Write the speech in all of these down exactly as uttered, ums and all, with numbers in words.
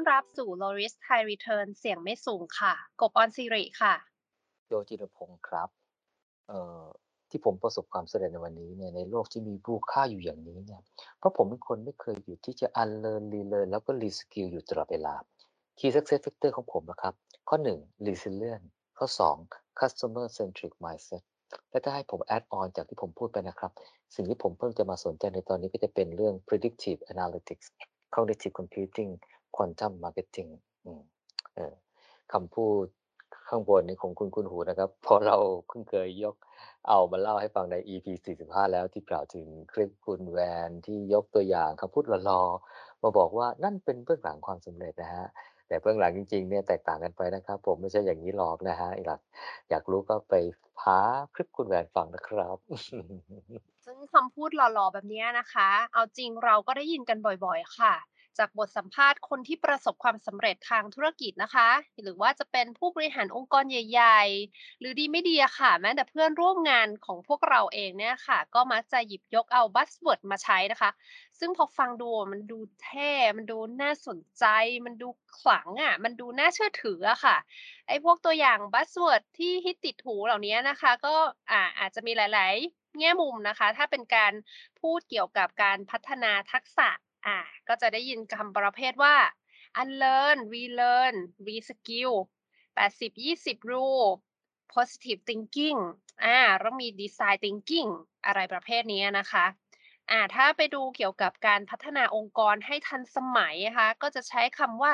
รับสู่ Low Risk High Return เสี่ยงไม่สูงค่ะกบออนซิริค่ะโยจิรพงศ์ครับเอ่อที่ผมประสบความสำเร็จในวันนี้เนี่ยในโลกที่มีรูปค่าอยู่อย่างนี้เนี่ยเพราะผมเป็นคนไม่เคยหยุดที่จะ unlearn relearn แล้วก็ reskill อยู่ตลอดเวลา Key Success Factor ของผมนะครับข้อหนึ่ง Resilience ข้อสอง Customer Centric Mindset และถ้าให้ผม add on จากที่ผมพูดไปนะครับสิ่งที่ผมเพิ่งจะมาสนใจในตอนนี้ก็จะเป็นเรื่อง Predictive Analytics Cognitive Computing Quantum Marketing อืมเออ คำพูดข้างบนนี้คงคุ้นๆหูนะครับเพราะเราเพิ่งเคยยกเอามาเล่าให้ฟังใน อี พี สี่สิบห้าแล้วที่กล่าวถึงคลิปคุณแวนที่ยกตัวอย่างคำพูดหล่อๆมาบอกว่านั่นเป็นเบื้องหลังความสำเร็จนะครับแต่เบื้องหลังจริงๆเนี่ยแตกต่างกันไปนะครับผมไม่ใช่อย่างงี้หรอกนะครับอยากอยากรู้ก็ไปหาคลิปคุณแวนฟังนะครับซึ่งคำพูดหล่อๆแบบเนี้ยนะคะเอาจริงเราก็ได้ยินกันบ่อยๆค่ะจากบทสัมภาษณ์คนที่ประสบความสำเร็จทางธุรกิจนะคะหรือว่าจะเป็นผู้บริหารองค์กรใหญ่ๆหรือดีไม่ดีอะค่ะแม้แต่เพื่อนร่วมงานของพวกเราเองเนี่ยค่ะก็มักจะหยิบยกเอาบัสเวิร์ดมาใช้นะคะซึ่งพอฟังดูมันดูเท่มันดูน่าสนใจมันดูขลังอะมันดูน่าเชื่อถืออะค่ะ ไอ้พวกตัวอย่างบัสเวิร์ดที่ฮิตติดหูเหล่านี้นะคะก็อ่าอาจจะมีหลายๆแง่มุมนะคะถ้าเป็นการพูดเกี่ยวกับการพัฒนาทักษะอ่าก็จะได้ยินคำประเภทว่า unlearn relearn reskill แปดสิบ ยี่สิบ rule positive thinking อาแล้วมี design thinking อะไรประเภทนี้นะคะอ่าถ้าไปดูเกี่ยวกับการพัฒนาองค์กรให้ทันสมัยนะคะก็จะใช้คำว่า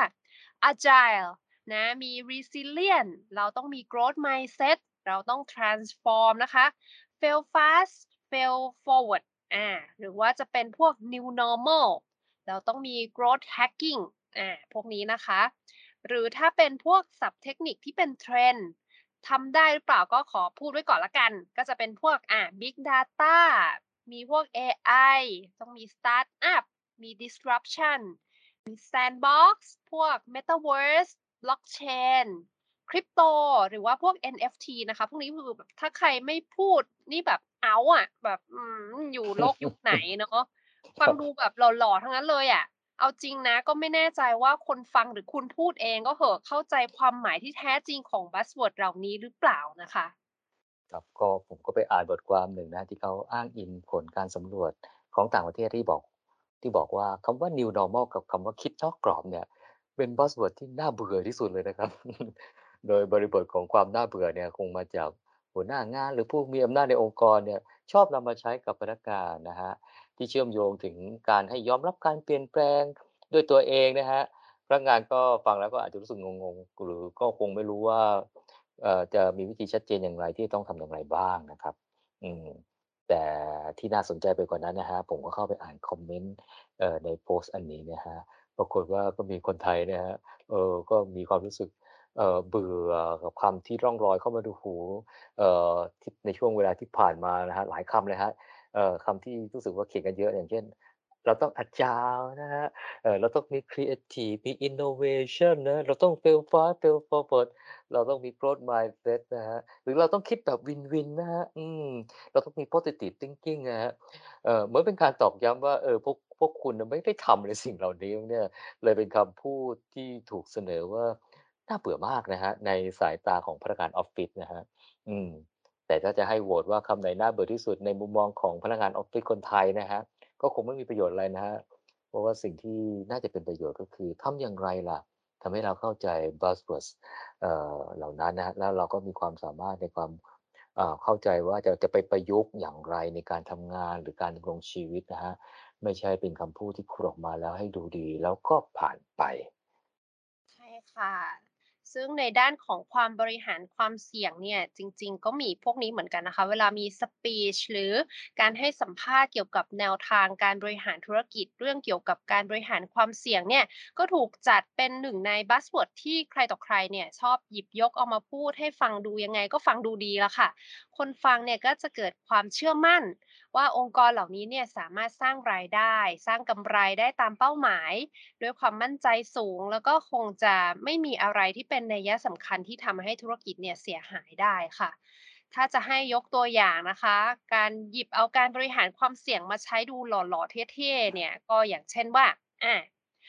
agile นะมี resilient เราต้องมี growth mindset เราต้อง transform นะคะ fail fast fail forward อ่าหรือว่าจะเป็นพวก new normal เราต้องมี growth hacking อ่าพวกนี้นะคะหรือถ้าเป็นพวกศัพท์เทคนิคที่เป็น trend ทำได้หรือเปล่าก็ขอพูดไว้ก่อนละกันก็จะเป็นพวกอ่า big data มีพวก เอ ไอ ต้องมี startup มี disruption มี sandbox พวก metaverse blockchain คริปโตหรือว่าพวก เอ็น เอฟ ที นะคะพวกนี้คือแบบถ้าใครไม่พูดนี่แบบเอาท์อะแบบอืมอยู่โลกยุคไหนเนาะคฟังรับดูแบบหล่อๆทั้งนั้นเลยอะเอาจริงนะก็ไม่แน่ใจว่าคนฟังหรือคุณพูดเองก็เหอะเข้าใจความหมายที่แท้จริงของบัสเวิร์ดเหล่านี้หรือเปล่านะคะครับก็ผมก็ไปอ่านบทความหนึ่งนะที่เขาอ้างอิงผลการสำรวจของต่างประเทศที่บอกที่บอกว่าคำว่า New Normal กับคำว่าคิดนอกกรอบเนี่ยเป็น Buzzword ที่น่าเบื่อที่สุดเลยนะครับโดยบริบทของความน่าเบื่อเนี่ยคงมาจากหัวหน้างานหรือผู้มีอำนาจในองค์กรเนี่ยชอบนำมาใช้กับพนักงานนะฮะที่เชื่อมโยงถึงการให้ยอมรับการเปลี่ยนแปลงด้วยตัวเองนะฮะพนักงานก็ฟังแล้วก็อาจจะรู้สึกงงๆหรือก็คงไม่รู้ว่า เอ่อจะมีวิธีชัดเจนอย่างไรที่ต้องทำอย่างไรบ้างนะครับอืมแต่ที่น่าสนใจไปกว่านั้นนะครับผมก็เข้าไปอ่านคอมเมนต์เอ่อในโพสต์อันนี้นะครับปรากฏว่าก็มีคนไทยเนี่ยครับเอ่อก็มีความรู้สึกเอ่อเบื่อกับคำที่ร่องลอยเข้ามาในหูเอ่อที่ในช่วงเวลาที่ผ่านมานะครับหลายคำเลยครับเอ่อคำที่รู้สึกว่าเขียนกันเยอะอย่างเช่นเราต้อง Agile นะครับเอ่อเราต้องมีครีเอทิฟมี Innovation นะเราต้อง Fail fast Fail forward เราต้องมี growth mindset นะครับหรือเราต้องคิดแบบ Win-win นะครับอืมเราต้องมี positive thinking นะครับเอ่อเหมือนเป็นการตอกย้ำว่าเออพวกพวกคุณน่ะไม่ได้ทำในสิ่งเหล่านี้เนี่ยเลยเป็นคำพูดที่ถูกเสนอว่าน่าเบื่อมากนะครับในสายตาของพนักงานออฟฟิศนะครับอืมแต่ถ้าจะให้โหวตว่าคำไหนน่าเบื่อที่สุดในมุมมองของพนักงานออฟฟิศคนไทยนะครับก็คงไม่มีประโยชน์อะไรนะครับเพราะว่าสิ่งที่น่าจะเป็นประโยชน์ก็คือทำอย่างไรล่ะทำให้เราเข้าใจ Buzzwords เอ่อเหล่านั้นนะครับแล้วเราก็มีความสามารถในความอ่าเข้าใจว่าจะจะไปประยุกต์อย่างไรในการทำงานหรือการดำรงชีวิตนะครับไม่ใช่เป็นคำพูดที่พูดออกมาแล้วให้ดูดีแล้วก็ผ่านไปใช่ค่ะซึ่งในด้านของความบริหารความเสี่ยงเนี่ยจริงๆก็มีพวกนี้เหมือนกันนะคะเวลามีสปีชหรือการให้สัมภาษณ์เกี่ยวกับแนวทางการบริหารธุรกิจเรื่องเกี่ยวกับการบริหารความเสี่ยงเนี่ยก็ถูกจัดเป็นหนึ่งในบัสเวิร์ดที่ใครต่อใครเนี่ยชอบหยิบยกเอามาพูดให้ฟังดูยังไงก็ฟังดูดีแล้วค่ะคนฟังเนี่ยก็จะเกิดความเชื่อมั่นว่าองค์กรเหล่านี้เนี่ยสามารถสร้างรายได้สร้างกำไรได้ตามเป้าหมาย ด้วยความมั่นใจสูงแล้วก็คงจะไม่มีอะไรที่เป็นนัยสำคัญที่ทำให้ธุรกิจเนี่ยเสียหายได้ค่ะถ้าจะให้ยกตัวอย่างนะคะการหยิบเอาการบริหารความเสี่ยงมาใช้ดูหล่อๆเท่ๆเนี่ยก็อย่างเช่นว่าอ่า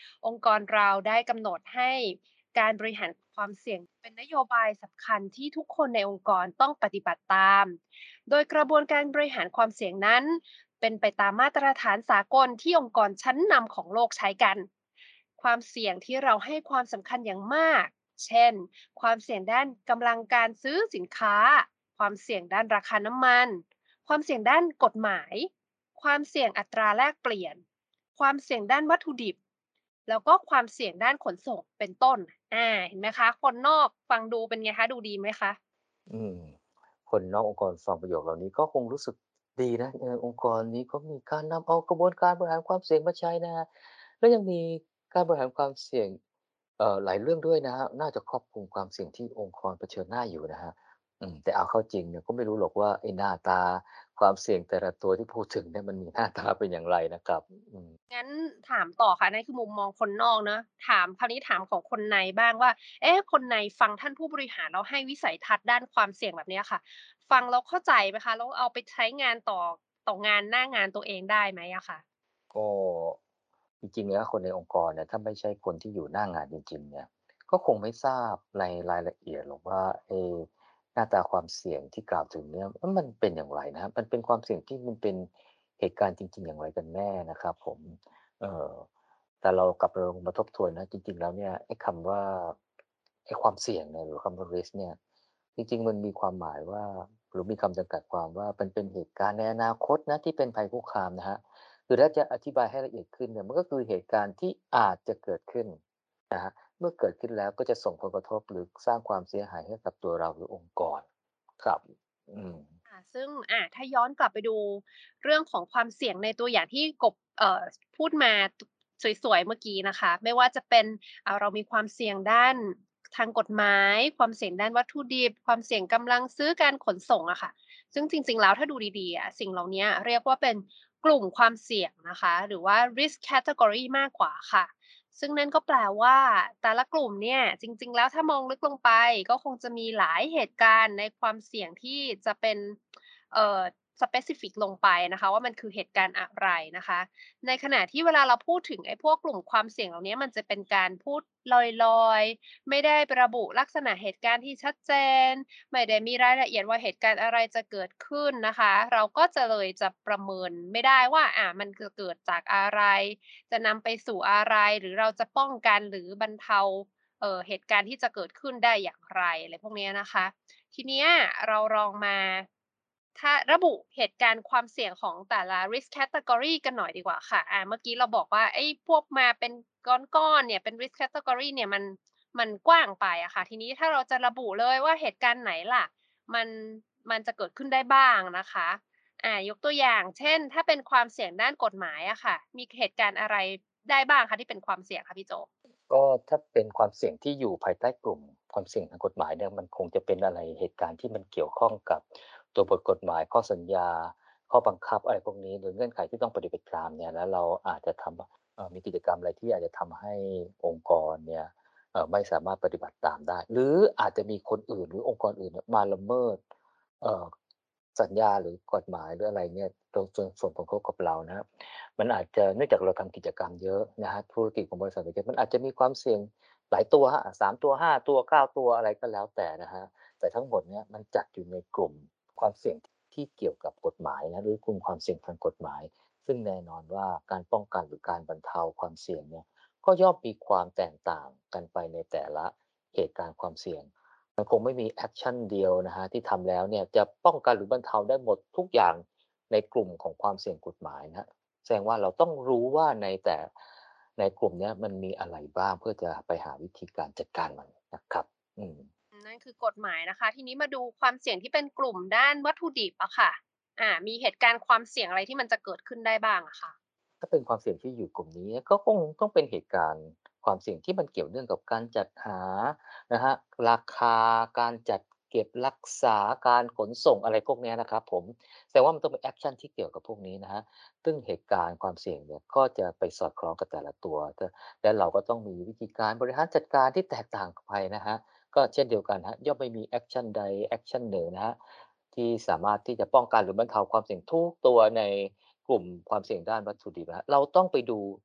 องค์กรเราได้กำหนดให้การบริหารความเสี่ยงเป็นนโยบายสำคัญที่ทุกคนในองค์กรต้องปฏิบัติตาม โดยกระบวนการบริหารความเสี่ยงนั้นเป็นไปตามมาตรฐานสากลที่องค์กรชั้นนำของโลกใช้กัน ความเสี่ยงที่เราให้ความสำคัญอย่างมาก เช่น ความเสี่ยงด้านกำลังการซื้อสินค้า ความเสี่ยงด้านราคาน้ำมัน ความเสี่ยงด้านกฎหมาย ความเสี่ยงอัตราแลกเปลี่ยน ความเสี่ยงด้านวัตถุดิบ แล้วก็ความเสี่ยงด้านขนส่งเป็นต้นอ่าเห็นไหมคะ คนนอกฟังดูเป็นไงคะ ดูดีไหมคะอืมคนนอกองค์กรฟังประโยคเหล่านี้ก็คงรู้สึกดีนะเออองค์กรนี้ก็มีการนำเอากระบวนการบริหารความเสี่ยงมาใช้นะครับแล้วยังมีการบริหารความเสี่ยงเอ่อหลายเรื่องด้วยนะครับน่าจะครอบคลุมความเสี่ยงที่องค์กรเผชิญหน้าอยู่นะครับอืมแต่เอาเข้าจริงเนี่ยก็ไม่รู้หรอกว่าไอ้หน้าตาความเสี่ยงแต่ละตัวที่พูดถึงเนี่ยมันมีหน้าตาเป็นอย่างไรนะครับอืมงั้นถามต่อค่ะนั่นคือมุมมองคนนอกเนาะถามคราวนี้ถามของคนในบ้างว่าเอ๊ะคนในฟังท่านผู้บริหารแล้วให้วิสัยทัศน์ด้านความเสี่ยงแบบเนี้ยค่ะฟังแล้วเข้าใจไหมคะแล้วเอาไปใช้งานต่อต่องานหน้างานตัวเองได้ไหมอะค่ะก็จริงๆแล้วคนในองค์กรเนี่ยถ้าไม่ใช่คนที่อยู่หน้างานจริงๆเนี่ยก็คงไม่ทราบในรายละเอียดหรอกว่าเอหน้าตาความเสี่ยงที่กล่าวถึงเนี่ยเอ๊ะมันเป็นอย่างไรนะครับมันเป็นความเสี่ยงที่มันเป็นเหตุการณ์จริงๆอย่างไรกันแน่นะครับผมเอ่อแต่เรากลับลองมาทบทวนนะจริงๆแล้วเนี่ยไอ้คำว่าไอ้ความเสี่ยงเนี่ยหรือคำว่า risk เนี่ยจริงๆมันมีความหมายว่าหรือมีคำจำกัดความว่ามันเป็นเหตุการณ์ในอนาคตนะที่เป็นภัยคุกคามนะครับ คือถ้าจะอธิบายให้ละเอียดขึ้นเนี่ยมันก็คือเหตุการณ์ที่อาจจะเกิดขึ้นนะฮะเมื่อเกิดขึ้นแล้วก็จะส่งผลกระทบหรือสร้างความเสียหายให้กับตัวเราหรือองค์กรครับอืมค่ะซึ่งอ่าถ้าย้อนกลับไปดูเรื่องของความเสี่ยงในตัวอย่างที่กบเอ่อพูดมาตสวยๆเมื่อกี้นะคะไม่ว่าจะเป็นอ่าเรามีความเสี่ยงด้านทางกฎหมายความเสี่ยงด้านวัตถุดิบความเสี่ยงกำลังซื้อการขนส่งอะค่ะซึ่งจริงๆแล้วถ้าดูดีๆอะสิ่งเหล่าเนี้ยเรียกว่าเป็นกลุ่มความเสี่ยงนะคะหรือว่า risk category มากกว่าค่ะ ซึ่งนั่นก็แปลว่าแต่ละกลุ่มเนี่ยจริงๆแล้วถ้ามองลึกลงไปก็คงจะมีหลายเหตุการณ์ในความเสี่ยงที่จะเป็นเอ่อ specific ลงไปนะคะว่ามันคือเหตุการณ์อะไรนะคะในขณะที่เวลาเราพูดถึงไอ้พวกกลุ่มความเสี่ยงเหล่านี้มันจะเป็นการพูดลอยๆไม่ได้ระบุลักษณะเหตุการณ์ที่ชัดเจนไม่ได้มีรายละเอียดว่าเหตุการณ์อะไรจะเกิดขึ้นนะคะเราก็จะเลยจะประเมินไม่ได้ว่าอ่ามันจะเกิดจากอะไร จะนำไปสู่อะไรหรือเราจะป้องกันหรือบรรเทาเอ่อเหตุการณ์ที่จะเกิดขึ้นได้อย่างไรอะไรพวกเนี้ยนะคะทีเนี้ยเราลองมาถ้าระบุเหตุการณ์ความเสี่ยงของแต่ละ risk category กันหน่อยดีกว่าค่ะอาเมื่อกี้เราบอกว่าไอ้พวกมาเป็นก้อนๆเนี่ยเป็น risk category เนี่ยมันมันกว้างไปอะค่ะทีนี้ถ้าเราจะระบุเลยว่าเหตุการณ์ไหนล่ะมันมันจะเกิดขึ้นได้บ้างนะคะ อ่ายกตัวอย่างเช่นถ้าเป็นความเสี่ยงด้านกฎหมายอะค่ะมีเหตุการณ์อะไรได้บ้างคะที่เป็นความเสี่ยงคะพี่โจก็ถ้าเป็นความเสี่ยงที่อยู่ภายใต้กลุ่มความเสี่ยงทางกฎหมายเนี่ยมันคงจะเป็นอะไรเหตุการณ์ที่มันเกี่ยวข้องกับตัวบทกฎหมายข้อสัญญาข้อบังคับอะไรพวกนี้หรือเงื่อนไขที่ต้องปฏิบัติตามเนี่ยแล้วเราอาจจะทำเอ่อมีกิจกรรมอะไรที่อาจจะทำให้องค์กรเนี่ยเอ่อไม่สามารถปฏิบัติตามได้หรืออาจจะมีคนอื่นหรือองค์กรอื่นเนี่ยมาละเมิดเอ่อสัญญาหรือกฎหมายหรืออะไรเนี่ยตรงจนส่งผลกระทบกับเรานะครับ มันอาจจะเนื่องจากเราทำกิจกรรมเยอะนะครับธุรกิจของบริษัทเราเยอะมันอาจจะมีความเสี่ยงหลายตัวครับสามตัวห้าตัวเก้าตัวอะไรก็แล้วแต่นะครับแต่ทั้งหมดเนี่ยมันจัดอยู่ในกลุ่มความเสี่ยงที่เกี่ยวกับกฎหมายนะหรือกลุ่มความเสี่ยงทางกฎหมายซึ่งแน่นอนว่าการป้องกันหรือการบรรเทาความเสี่ยงเนี่ยก็ย่อมมีความแตกต่างกันไปในแต่ละเหตุการณ์ความเสี่ยงมันคงไม่มีแอกชันเดียวนะครับที่ทำแล้วเนี่ยจะป้องกันหรือบรรเทาได้หมดทุกอย่างในกลุ่มของความเสี่ยงกฎหมายนะครับ แสดงว่าเราต้องรู้ว่าในแต่ในกลุ่มเนี้ยมันมีอะไรบ้างเพื่อจะไปหาวิธีการจัดการมันนะครับอืมนั่นคือกฎหมายนะคะทีนี้มาดูความเสี่ยงที่เป็นกลุ่มด้านวัตถุดิบอะค่ะอ่ามีเหตุการณ์ความเสี่ยงอะไรที่มันจะเกิดขึ้นได้บ้างอะค่ะถ้าเป็นความเสี่ยงที่อยู่กลุ่มนี้ก็คงต้องเป็นเหตุการณ์ความเสี่ยงที่มันเกี่ยวเนื่องกับการจัดหานะครับราคาการจัดเก็บรักษาการขนส่งอะไรพวกเนี้ยนะครับผมแสดงว่ามันต้องเป็นแอกชันที่เกี่ยวกับพวกนี้นะครับซึ่งเหตุการณ์ความเสี่ยงเนี่ยก็จะไปสอดคล้องกับแต่ละตัวตและเราก็ต้องมีวิธีการบริหารจัดการที่แตกต่างกันไปนะครับก็เช่นเดียวกันครับย่อมไม่มีแอกชันใดแอกชันหนึ่งนะครับที่สามารถที่จะป้องกันหรือบรรเทาความเสี่ยงทุกตัวใน กลุ่มความเสี่ยงด้านวัตถุดิบอะเราต้องไปดู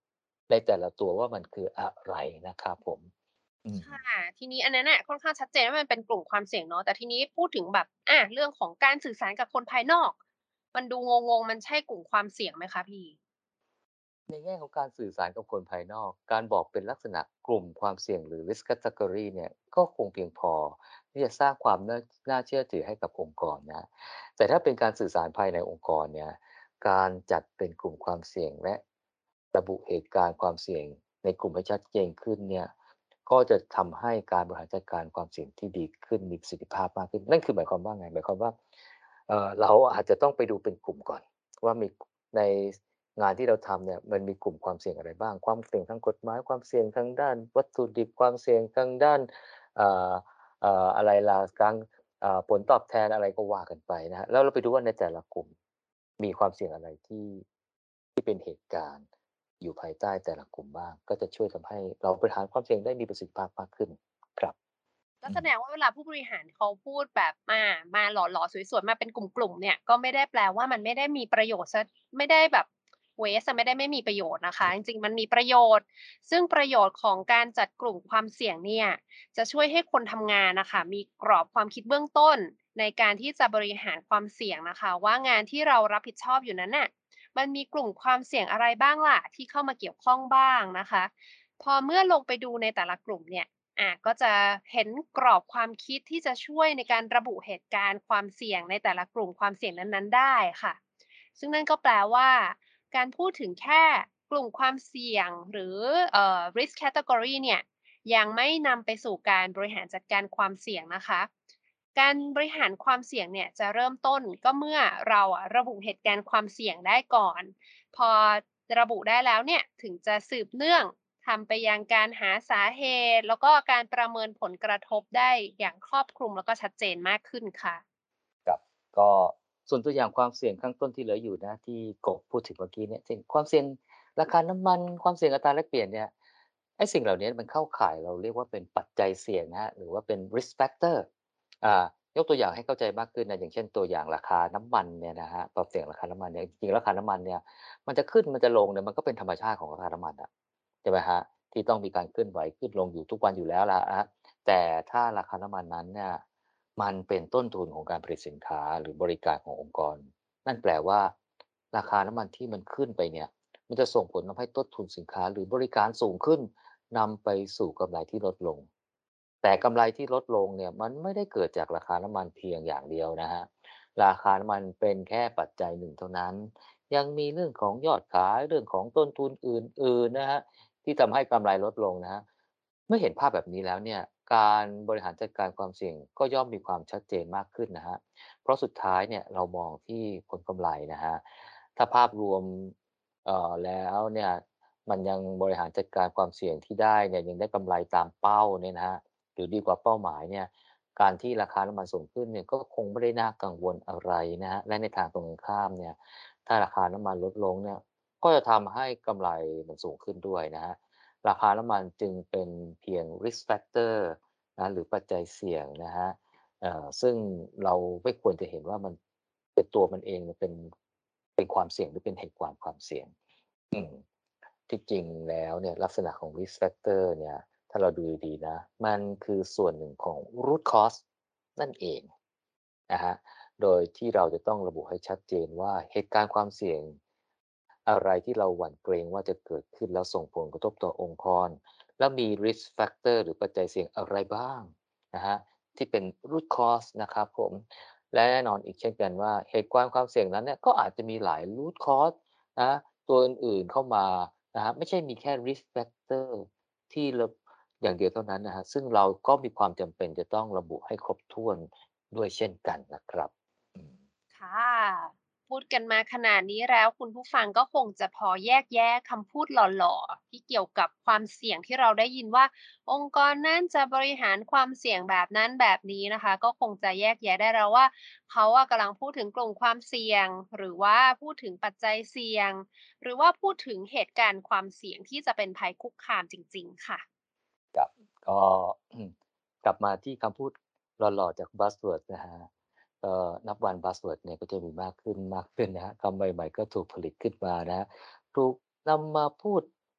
ในแต่ละตัวว่ามันคืออะไรนะครับผมอืมค่ะทีนี้อันนั้นน่ะค่อนข้างชัดเจนว่ามันเป็นกลุ่มความเสี่ยงเนาะแต่ทีนี้พูดถึงแบบอาเรื่องของการสื่อสารกับคนภายนอกมันดูงงๆมันใช่กลุ่มความเสี่ยงไหมคะพี่ในแง่ของการสื่อสารกับคนภายนอกการบอกเป็นลักษณะกลุ่มความเสี่ยงหรือ risk category เนี่ยก็คงเพียงพอที่จะสร้างความน่าน่าเชื่อถือให้กับองค์กรนะแต่ถ้าเป็นการสื่อสารภายในองค์กรเนี่ยการจัดเป็นกลุ่มความเสี่ยงและระบุเหตุการณ์ความเสี่ยงในกลุ่มให้ชัดเจนขึ้นเนี่ยก็จะทำให้การบริหารจัดการความเสี่ยงที่ดีขึ้นมีประสิทธิภาพมากขึ้นนั่นคือหมายความว่าไงหมายความว่าเอ่อเราอาจจะต้องไปดูเป็นกลุ่มก่อนว่ามีใน งานที่เราทำเนี่ยมันมีกลุ่มความเสี่ยงอะไรบ้างความเสี่ยงทางกฎหมายความเสี่ยงทางด้านวัตถุดิบความเสี่ยงทางด้านเอ่อเอ่ออะไรล่ะการอ่าผลตอบแทนอะไรก็ว่ากันไปนะครับแล้วเราไปดูว่าในแต่ละกลุ่มมีความเสี่ยงอะไรที่ที่เป็นเหตุการณ์อยู่ภายใต้แต่ละกลุ่มบ้างก็จะช่วยทำให้เราบริหารความเสี่ยงได้มีประสิทธิภาพมากขึ้นครับก็อืมแสดงว่าเวลาผู้บริหารเขาพูดแบบมามาหล่อๆสวยๆมาเป็นกลุ่มๆเนี่ยก็ไม่ได้แปลว่ามันไม่ได้มีประโยชน์เสียไม่ได้แบบ waste อะไม่ได้ไม่มีประโยชน์นะคะจริงๆมันมีประโยชน์ซึ่งประโยชน์ของการจัดกลุ่มความเสี่ยงเนี่ยจะช่วยให้คนทำงานน่ะค่ะมีกรอบความคิดเบื้องต้นในการที่จะบริหารความเสี่ยงนะคะว่างานที่เรารับผิดชอบอยู่นั้นน่ะมันมีกลุ่มความเสี่ยงอะไรบ้างล่ะที่เข้ามาเกี่ยวข้องบ้างนะคะพอเมื่อลงไปดูในแต่ละกลุ่มเนี่ย อาก็จะเห็นกรอบความคิดที่จะช่วยในการระบุเหตุการณ์ความเสี่ยงในแต่ละกลุ่มความเสี่ยงนั้นๆได้ค่ะซึ่งนั่นก็แปลว่าการพูดถึงแค่กลุ่มความเสี่ยงหรือเอ่อ risk category เนี่ยยังไม่นำไปสู่การบริหารจัดการความเสี่ยงนะคะการบริหารความเสี่ยงเนี่ยจะเริ่มต้นก็เมื่อเราอะระบุเหตุการณ์ความเสี่ยงได้ก่อน พอระบุได้แล้วเนี่ยถึงจะสืบเนื่องทำไปยังการหาสาเหตุแล้วก็การประเมินผลกระทบได้อย่างครอบคลุมแล้วก็ชัดเจนมากขึ้นค่ะครับก็ส่วนตัวอย่างความเสี่ยงข้างต้นที่เหลืออยู่นะที่กบพูดถึงเมื่อกี้เนี่ยเช่นความเสี่ยงราคาน้ำมันความเสี่ยงอัตราแลกเปลี่ยนเนี่ยไอ้สิ่งเหล่านี้มันเข้าข่ายเราเรียกว่าเป็นปัจจัยเสี่ยงนะครับหรือว่าเป็น risk factor อ่ายกตัวอย่างให้เข้าใจมากขึ้นนะอย่างเช่นตัวอย่างราคาน้ำมันเนี่ยนะครับความเสี่ยงราคาน้ำมันเนี่ยจริงๆราคาน้ำมันเนี่ยมันจะขึ้นมันจะลงเนี่ยมันก็เป็นธรรมชาติของราคาน้ำมันอะใช่ไหมครับที่ต้องมีการเคลื่อนไหวขึ้นลงอยู่ทุกวันอยู่แล้วล่ะครับแต่ถ้าราคาน้ำมันนั้นเนี่ย มันเป็นต้นทุนของการผลิตสินค้าหรือบริการขององค์กร นั่นแปลว่าราคาน้ำมันที่มันขึ้นไปเนี่ยมันจะส่งผลทำให้ต้นทุนสินค้าหรือบริการสูงขึ้นนำไปสู่กำไรที่ลดลง แต่กำไรที่ลดลงเนี่ยมันไม่ได้เกิดจากราคาน้ำมันเพียงอย่างเดียวนะฮะราคาน้ำมันเป็นแค่ปัจจัยหนึ่งเท่านั้นยังมีเรื่องของยอดขายเรื่องของต้นทุนอื่นๆนะฮะที่ทำให้กำไรลดลงนะฮะ เมื่อเห็นภาพแบบนี้แล้วเนี่ยการบริหารจัดการความเสี่ยงก็ย่อมมีความชัดเจนมากขึ้นนะฮะเพราะสุดท้ายเนี่ยเรามองที่ผลกำไรนะฮะถ้าภาพรวมเอ่อแล้วเนี่ยมันยังบริหารจัดการความเสี่ยงที่ได้เนี่ยยังได้กำไรตามเป้าเนี่ยนะฮะหรือดีกว่าเป้าหมายเนี่ยการที่ราคาน้ำมันสูงขึ้นเนี่ยก็คงไม่ได้น่ากังวลอะไรนะฮะและในทางตรงกันข้ามเนี่ยถ้าราคาน้ำมันลดลงเนี่ยก็จะทำให้กำไรมันสูงขึ้นด้วยนะฮะ ราคาน้ำมันจึงเป็นเพียง risk factor นะหรือปัจจัยเสี่ยงนะฮะเอ่อซึ่งเราไม่ควรจะเห็นว่ามันเป็นตัวมันเองมันเป็นเป็นความเสี่ยงหรือเป็นเหตุการณ์ความเสี่ยงอืมที่จริงแล้วเนี่ยลักษณะของ risk factor เนี่ยถ้าเราดูดีๆนะมันคือส่วนหนึ่งของ root cause นั่นเองนะฮะโดยที่เราจะต้องระบุให้ชัดเจนว่าเหตุการณ์ความเสี่ยง อะไรที่เราหวั่นเกรงว่าจะเกิดขึ้นแล้วส่งผลกระทบต่อองค์กรแล้วมี risk factor หรือปัจจัยเสี่ยงอะไรบ้างนะฮะที่เป็น root cause นะครับผมและแน่นอนอีกเช่นกันว่าเหตุการณ์ความเสี่ยงนั้นเนี่ยก็อาจจะมีหลาย root cause นะตัวอื่นๆเข้ามานะครับไม่ใช่มีแค่ risk factor ที่เราอย่างเดียวเท่านั้นนะครับซึ่งเราก็มีความจำเป็นจะต้องระบุให้ครบถ้วนด้วยเช่นกันนะครับอืมค่ะพูดกันมาขนาดนี้แล้วคุณผู้ฟังก็คงจะพอแยกแยะคำพูดหล่อๆที่เกี่ยวกับความเสี่ยงที่เราได้ยินว่าองค์กรนั้นจะบริหารความเสี่ยงแบบนั้นแบบนี้นะคะก็คงจะแยกแยะได้แล้วว่าเขาอะกำลังพูดถึงกลุ่มความเสี่ยงหรือว่าพูดถึงปัจจัยเสี่ยงหรือว่าพูดถึงเหตุการณ์ความเสี่ยงที่จะเป็นภัยคุกคามจริงๆค่ะครับก็กลับมาที่คำพูดหล่อๆจาก Buzzword นะครับก็นับวัน Buzzword เนี่ยก็จะมีมากขึ้นมากขึ้นนะครับคำใหม่ๆก็ถูกผลิตขึ้นมานะครับถูกนำมาพูด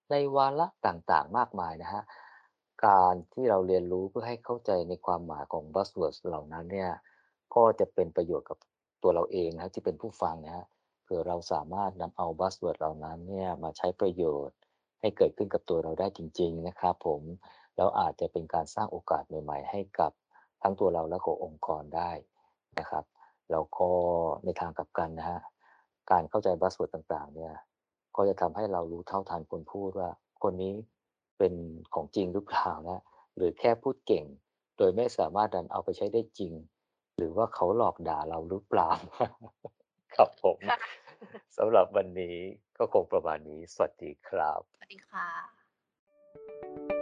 ในวาระต่างๆมากมายนะครับการที่เราเรียนรู้เพื่อให้เข้าใจในความหมายของ Buzzwords เหล่านั้นเนี่ยก็จะเป็นประโยชน์กับตัวเราเองนะครับที่เป็นผู้ฟังนะครับเผื่อเราสามารถนำเอา Buzzword เหล่านั้นเนี่ยมาใช้ประโยชน์ให้เกิดขึ้นกับตัวเราได้จริงๆนะครับผมแล้วอาจจะเป็นการสร้างโอกาสใหม่ๆให้กับทั้งตัวเราและขององค์กรได้นะครับ แล้วก็ในทางกลับกันนะฮะการเข้าใจ Buzzword ต่างๆเนี่ยก็จะทำให้เรารู้เท่าทันคนพูดว่าคนนี้เป็นของจริงหรือเปล่านะหรือแค่พูดเก่งโดยไม่สามารถดันเอาไปใช้ได้จริงหรือว่าเขาหลอกด่าเราหรือเปล่าครับผมค่ะสำหรับวันนี้ก็คงประมาณนี้สวัสดีครับสวัสดีค่ะ